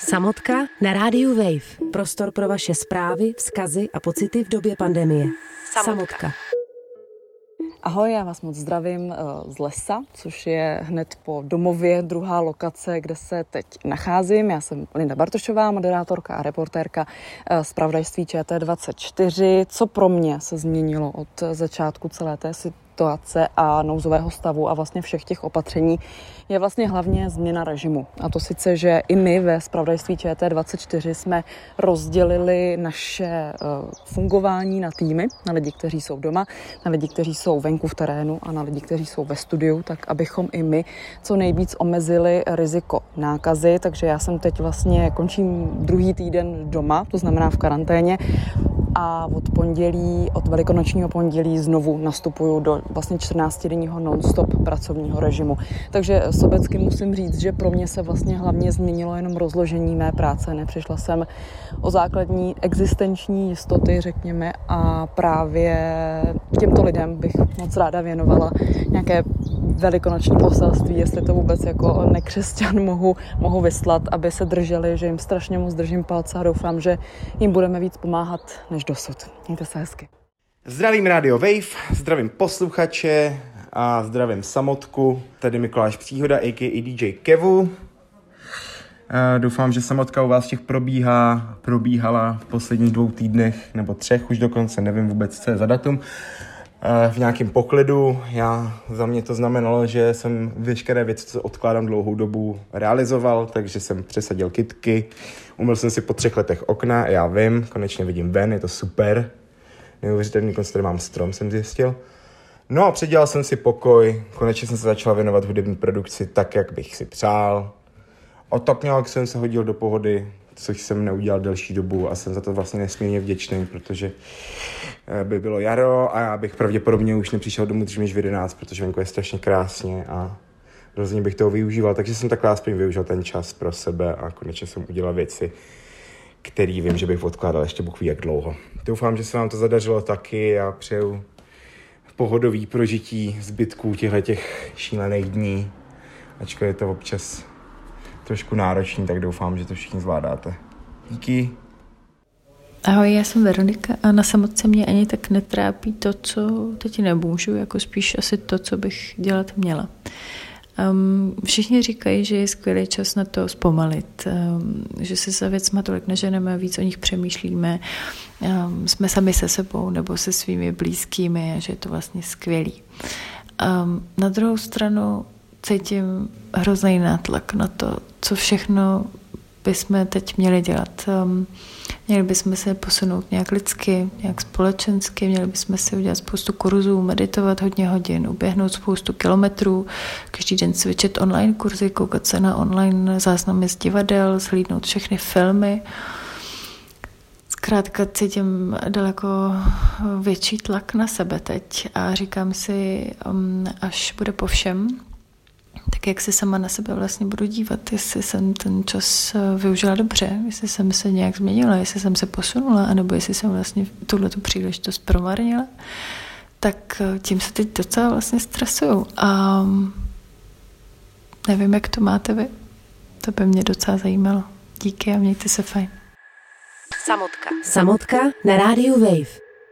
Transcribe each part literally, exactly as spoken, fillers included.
Samotka na rádiu Wave. Prostor pro vaše zprávy, vzkazy a pocity v době pandemie. Samotka. Ahoj, já vás moc zdravím z lesa, což je hned po domově druhá lokace, kde se teď nacházím. Já jsem Linda Bartošová, moderátorka a reportérka zpravodajství Č T dvacet čtyři. Co pro mě se změnilo od začátku celé té situace a nouzového stavu a vlastně všech těch opatření, je vlastně hlavně změna režimu. A to sice, že i my ve zpravodajství Č T dvacet čtyři jsme rozdělili naše uh, fungování na týmy, na lidi, kteří jsou doma, na lidi, kteří jsou venku v terénu a na lidi, kteří jsou ve studiu, tak abychom i my co nejvíc omezili riziko nákazy. Takže já jsem teď vlastně končím druhý týden doma, to znamená v karanténě, a od pondělí, od velikonočního pondělí znovu nastupuju do vlastně čtrnáctidenního non-stop pracovního režimu. Takže sobecky musím říct, že pro mě se vlastně hlavně změnilo jenom rozložení mé práce. Nepřišla jsem o základní existenční jistoty, řekněme, a právě těmto lidem bych moc ráda věnovala nějaké velikonoční poselství, jestli to vůbec jako nekřesťan mohu, mohu vyslat, aby se drželi, že jim strašně moc držím palce a doufám, že jim budeme víc pomáhat než dosud. Mějte se hezky. Zdravím Radio Wave, zdravím posluchače a zdravím Samotku. Tady Mikuláš Příhoda, a k a. D J Kevu. Doufám, že Samotka u vás těch probíhá, probíhala v posledních dvou týdnech, nebo třech, už dokonce nevím vůbec, co je za datum. V nějakém poklidu. Já, za mě to znamenalo, že jsem veškeré věci, co odkládám dlouhou dobu, realizoval, takže jsem přesadil kytky, umyl jsem si po třech letech okna, já vím, konečně vidím ven, je to super. Neuvěřitelný, konec tady mám strom, jsem zjistil. No a předělal jsem si pokoj, konečně jsem se začal věnovat hudební produkci tak, jak bych si přál. O tak nějak jsem se hodil do pohody, což jsem neudělal delší dobu a jsem za to vlastně nesmírně vděčný, protože by bylo jaro a já bych pravděpodobně už nepřišel domů dřív než v jedenáct, protože venku je strašně krásně a hrozně bych toho využíval, takže jsem takhle aspoň využil ten čas pro sebe a konečně jsem udělal věci, které vím, že bych odkládal ještě Bůh ví jak dlouho. Doufám, že se vám to zadařilo taky a přeju pohodový prožití zbytků těchto šílených dní, ačkoliv je to občas trošku náročný, tak doufám, že to všichni zvládáte. Díky. Ahoj, já jsem Veronika a na Samotce mě ani tak netrápí to, co teď nemůžu, jako spíš asi to, co bych dělat měla. Um, všichni říkají, že je skvělý čas na to zpomalit, um, že se za věcma tolik neženeme, víc o nich přemýšlíme, um, jsme sami se sebou nebo se svými blízkými a že je to vlastně skvělý. Um, na druhou stranu cítím hrozný nátlak na to, co všechno bychom teď měli dělat. Um, měli bychom se posunout nějak lidsky, nějak společensky, měli bychom si udělat spoustu kurzů, meditovat hodně hodin, uběhnout spoustu kilometrů, každý den cvičit online kurzy, koukat se na online záznamy z divadel, zhlídnout všechny filmy. Zkrátka cítím daleko větší tlak na sebe teď a říkám si, um, až bude po všem, tak jak se sama na sebe vlastně budu dívat, jestli jsem ten čas využila dobře, jestli jsem se nějak změnila, jestli jsem se posunula, anebo jestli jsem vlastně tuhletu příležitost promarnila, tak tím se teď docela vlastně stresuju. A nevím, jak to máte vy. To by mě docela zajímalo. Díky a mějte se fajn. Samotka. Samotka na rádiu Wave.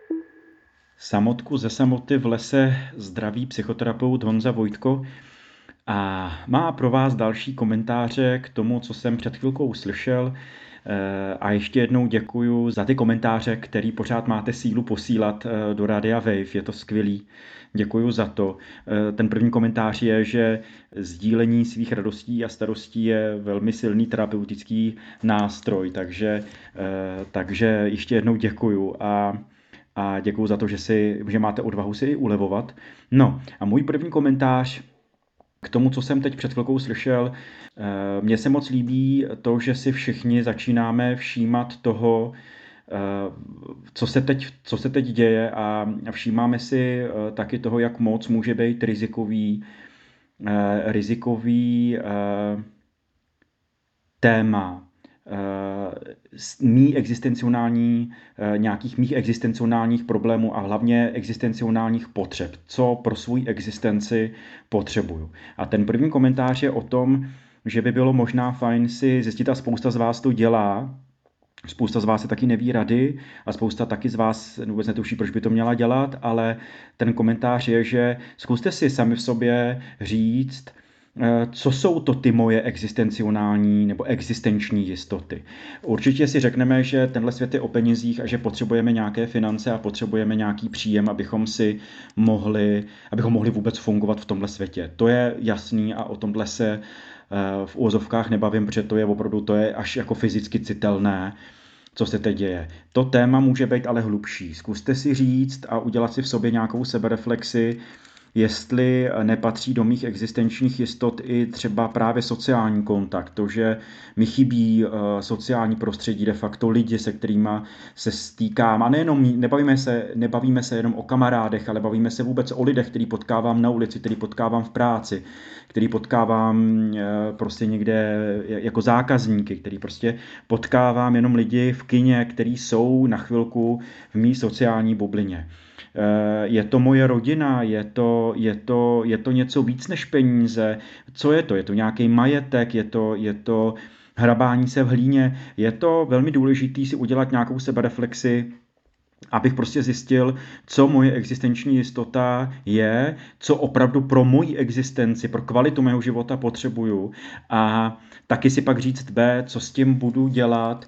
Samotku ze samoty v lese zdraví psychoterapeut Honza Vojtko. A má pro vás další komentáře k tomu, co jsem před chvilkou slyšel. A ještě jednou děkuju za ty komentáře, který pořád máte sílu posílat do Rádia Wave. Je to skvělý. Děkuju za to. Ten první komentář je, že sdílení svých radostí a starostí je velmi silný terapeutický nástroj. Takže, takže ještě jednou děkuju. A A děkuju za to, že, si, že máte odvahu si i ulevovat. No a můj první komentář k tomu, co jsem teď před chvilkou slyšel, mně se moc líbí to, že si všichni začínáme všímat toho, co se teď, co se teď děje a všímáme si taky toho, jak moc může být rizikový, rizikový téma mý existenciální, nějakých mých existenciálních problémů a hlavně existenciálních potřeb, co pro svou existenci potřebuju. A ten první komentář je o tom, že by bylo možná fajn si zjistit, a spousta z vás to dělá, spousta z vás se taky neví rady a spousta taky z vás vůbec netuší, proč by to měla dělat, ale ten komentář je, že zkuste si sami v sobě říct, co jsou to ty moje existenciální nebo existenční jistoty. Určitě si řekneme, že tenhle svět je o penězích a že potřebujeme nějaké finance a potřebujeme nějaký příjem, abychom si mohli, abychom mohli vůbec fungovat v tomhle světě. To je jasný a o tomhle se v úvozovkách nebavím, protože to je opravdu, to je až jako fyzicky citelné, co se teď děje. To téma může být ale hlubší. Zkuste si říct a udělat si v sobě nějakou sebereflexi, jestli nepatří do mých existenčních jistot i třeba právě sociální kontakt, to, že mi chybí sociální prostředí, de facto lidi, se kterými se stýkám. A nejenom, nebavíme se, nebavíme se jenom o kamarádech, ale bavíme se vůbec o lidech, který potkávám na ulici, který potkávám v práci, který potkávám prostě někde jako zákazníky, který prostě potkávám jenom lidi v kině, který jsou na chvilku v mý sociální bublině. Je to moje rodina, je to, je to, je to něco víc než peníze. Co je to? Je to nějaký majetek, je to, je to hrabání se v hlíně. Je to velmi důležité si udělat nějakou sebereflexi, abych prostě zjistil, co moje existenční jistota je, co opravdu pro moji existenci, pro kvalitu mého života potřebuju a taky si pak říct B, co s tím budu dělat,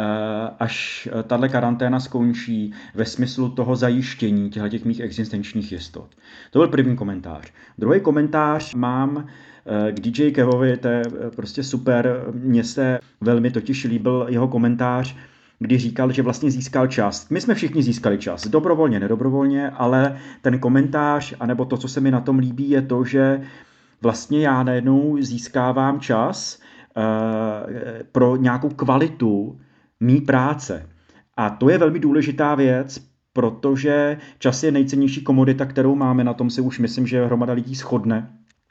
až tahle karanténa skončí ve smyslu toho zajištění těch mých existenčních jistot. To byl první komentář. Druhý komentář mám k D J Kevovi, to je prostě super, mně se velmi totiž líbil jeho komentář, kdy říkal, že vlastně získal čas. My jsme všichni získali čas, dobrovolně, nedobrovolně, ale ten komentář, anebo to, co se mi na tom líbí, je to, že vlastně já najednou získávám čas uh, pro nějakou kvalitu mý práce. A to je velmi důležitá věc, protože čas je nejcennější komodita, kterou máme, na tom si už myslím, že hromada lidí shodne.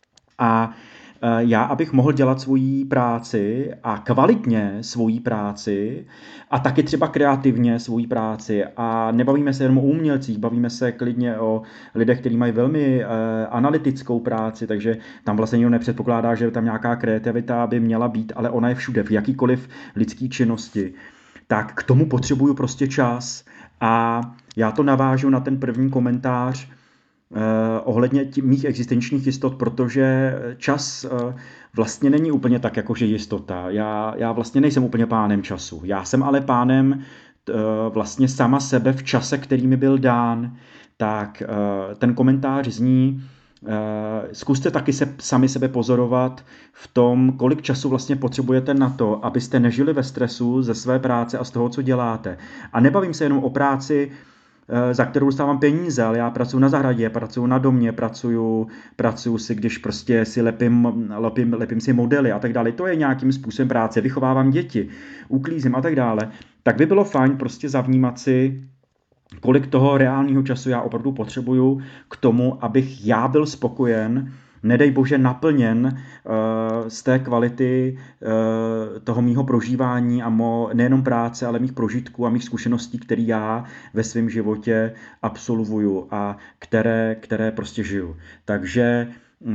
A já, abych mohl dělat svoji práci a kvalitně svoji práci a taky třeba kreativně svoji práci a nebavíme se jenom o umělcích, bavíme se klidně o lidech, kteří mají velmi uh, analytickou práci, takže tam vlastně nikdo nepředpokládá, že tam nějaká kreativita by měla být, ale ona je všude, v jakýkoliv lidský činnosti. Tak k tomu potřebuju prostě čas a já to navážu na ten první komentář, Uh, ohledně tí, mých existenčních jistot, protože čas uh, vlastně není úplně tak, jakože jistota. Já, já vlastně nejsem úplně pánem času. Já jsem ale pánem uh, vlastně sama sebe v čase, který mi byl dán. Tak uh, ten komentář zní, uh, zkuste taky se sami sebe pozorovat v tom, kolik času vlastně potřebujete na to, abyste nežili ve stresu ze své práce a z toho, co děláte. A nebavím se jenom o práci, za kterou dostávám peníze, ale já pracuji na zahradě, pracuji na domě, pracuji, pracuji si, když prostě si lepím, lepím, lepím si modely a tak dále. To je nějakým způsobem práce, vychovávám děti, uklízím a tak dále. Tak by bylo fajn prostě zavnímat si, kolik toho reálného času já opravdu potřebuju k tomu, abych já byl spokojen, nedej bože naplněn uh, z té kvality uh, toho mýho prožívání a mo, nejenom práce, ale mých prožitků a mých zkušeností, které já ve svém životě absolvuju a které, které prostě žiju. Takže uh,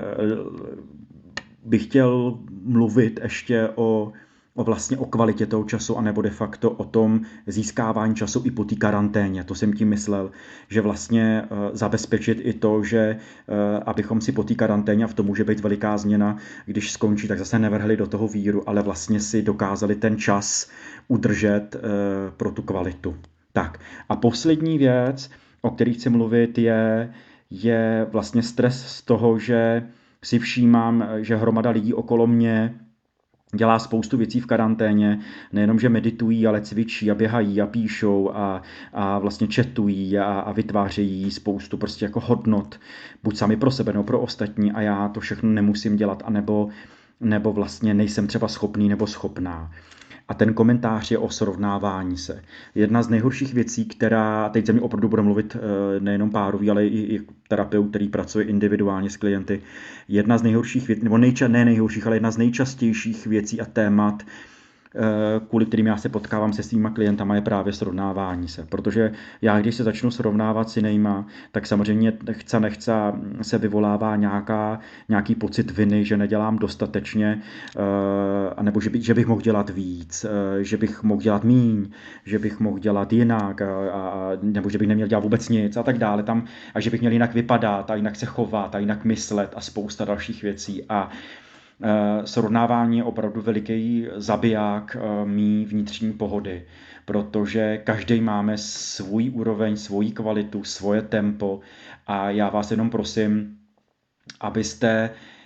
bych chtěl mluvit ještě o o vlastně o kvalitě toho času, anebo de facto o tom získávání času i po té karanténě. To jsem tím myslel, že vlastně uh, zabezpečit i to, že uh, abychom si po té karanténě, a v tom může být veliká změna, když skončí, tak zase nevrhli do toho víru, ale vlastně si dokázali ten čas udržet uh, pro tu kvalitu. Tak a poslední věc, o které chci mluvit, je, je vlastně stres z toho, že si všímám, že hromada lidí okolo mě dělá spoustu věcí v karanténě, nejenom, že meditují, ale cvičí a běhají a píšou a, a vlastně chatují a, a vytvářejí spoustu prostě jako hodnot, buď sami pro sebe nebo pro ostatní a já to všechno nemusím dělat, anebo, nebo vlastně nejsem třeba schopný nebo schopná. A ten komentář je o srovnávání se. Jedna z nejhorších věcí, která, teď ze mě opravdu bude mluvit nejenom párový, ale i, i terapeut, který pracuje individuálně s klienty, jedna z nejhorších věcí, nebo nejča, ne nejhorších, ale jedna z nejčastějších věcí a témat kvůli kterým já se potkávám se svýma klientama, je právě srovnávání se. Protože já, když se začnu srovnávat s jinýma, tak samozřejmě chce nechce se vyvolává nějaká, nějaký pocit viny, že nedělám dostatečně, anebo že, by, že bych mohl dělat víc, že bych mohl dělat míň, že bych mohl dělat jinak, a, nebo že bych neměl dělat vůbec nic a tak dále. Tam, a že bych měl jinak vypadat a jinak se chovat a jinak myslet a spousta dalších věcí. A srovnávání je opravdu veliký zabiják mý vnitřní pohody, protože každý máme svůj úroveň, svoji kvalitu, svoje tempo a já vás jenom prosím, abyste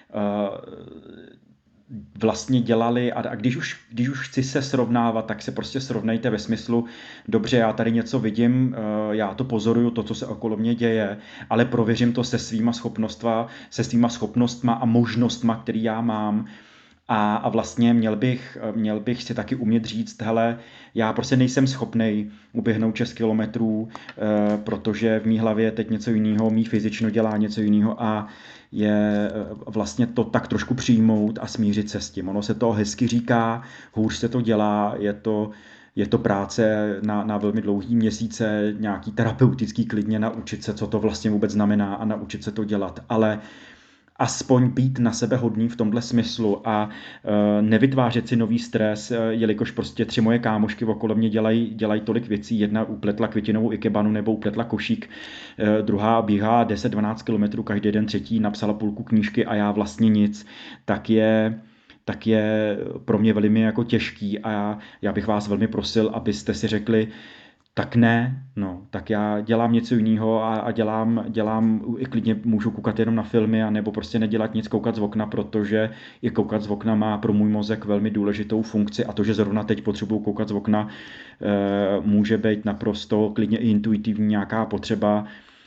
vlastně dělali, a když už, když už chci se srovnávat, tak se prostě srovnejte ve smyslu, dobře, já tady něco vidím, já to pozoruju, to, co se okolo mě děje, ale prověřím to se svýma schopnostma, se svýma schopnostma a možnostma, který já mám. A, a vlastně měl bych, měl bych si taky umět říct, hele, já prostě nejsem schopnej uběhnout šest kilometrů, eh, protože v mý hlavě je teď něco jiného, mý fyzično dělá něco jiného a je vlastně to tak trošku přijmout a smířit se s tím. Ono se to hezky říká, hůř se to dělá, je to, je to práce na, na velmi dlouhý měsíce, nějaký terapeutický klidně naučit se, co to vlastně vůbec znamená a naučit se to dělat, ale aspoň být na sebe hodný v tomhle smyslu a e, nevytvářet si nový stres, e, jelikož prostě tři moje kámošky okolo mě dělají, dělají tolik věcí. Jedna upletla květinovou ikebanu nebo upletla košík, e, druhá běhá deset dvanáct kilometrů každý den, třetí napsala půlku knížky a já vlastně nic, tak je... tak je pro mě velmi jako těžký a já, já bych vás velmi prosil, abyste si řekli, tak ne, no, tak já dělám něco jiného a, a dělám, dělám, i klidně můžu koukat jenom na filmy a nebo prostě nedělat nic, koukat z okna, protože i koukat z okna má pro můj mozek velmi důležitou funkci a to, že zrovna teď potřebuji koukat z okna, e, může být naprosto klidně i intuitivní nějaká potřeba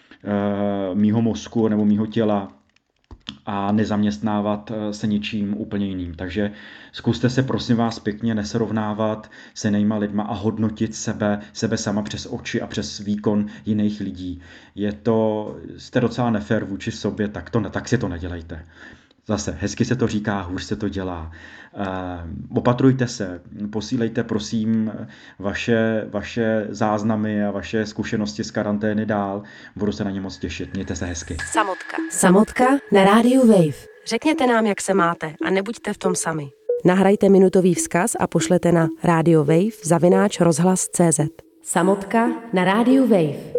e, mýho mozku nebo mýho těla a nezaměstnávat se ničím úplně jiným. Takže zkuste se prosím vás pěkně nesrovnávat se jinýma lidma a hodnotit sebe, sebe sama přes oči a přes výkon jiných lidí. Je to, jste docela nefér vůči sobě, tak, to, tak si to nedělejte. Zase, hezky se to říká, hůř se to dělá. E, opatrujte se, posílejte prosím vaše, vaše záznamy a vaše zkušenosti z karantény dál. Budu se na ně moc těšit. Mějte se hezky. Samotka. Samotka na rádiu Wave. Řekněte nám, jak se máte a nebuďte v tom sami. Nahrajte minutový vzkaz a pošlete na rádio wave zavináč rozhlas tečka cé zet. Samotka na rádiu Wave.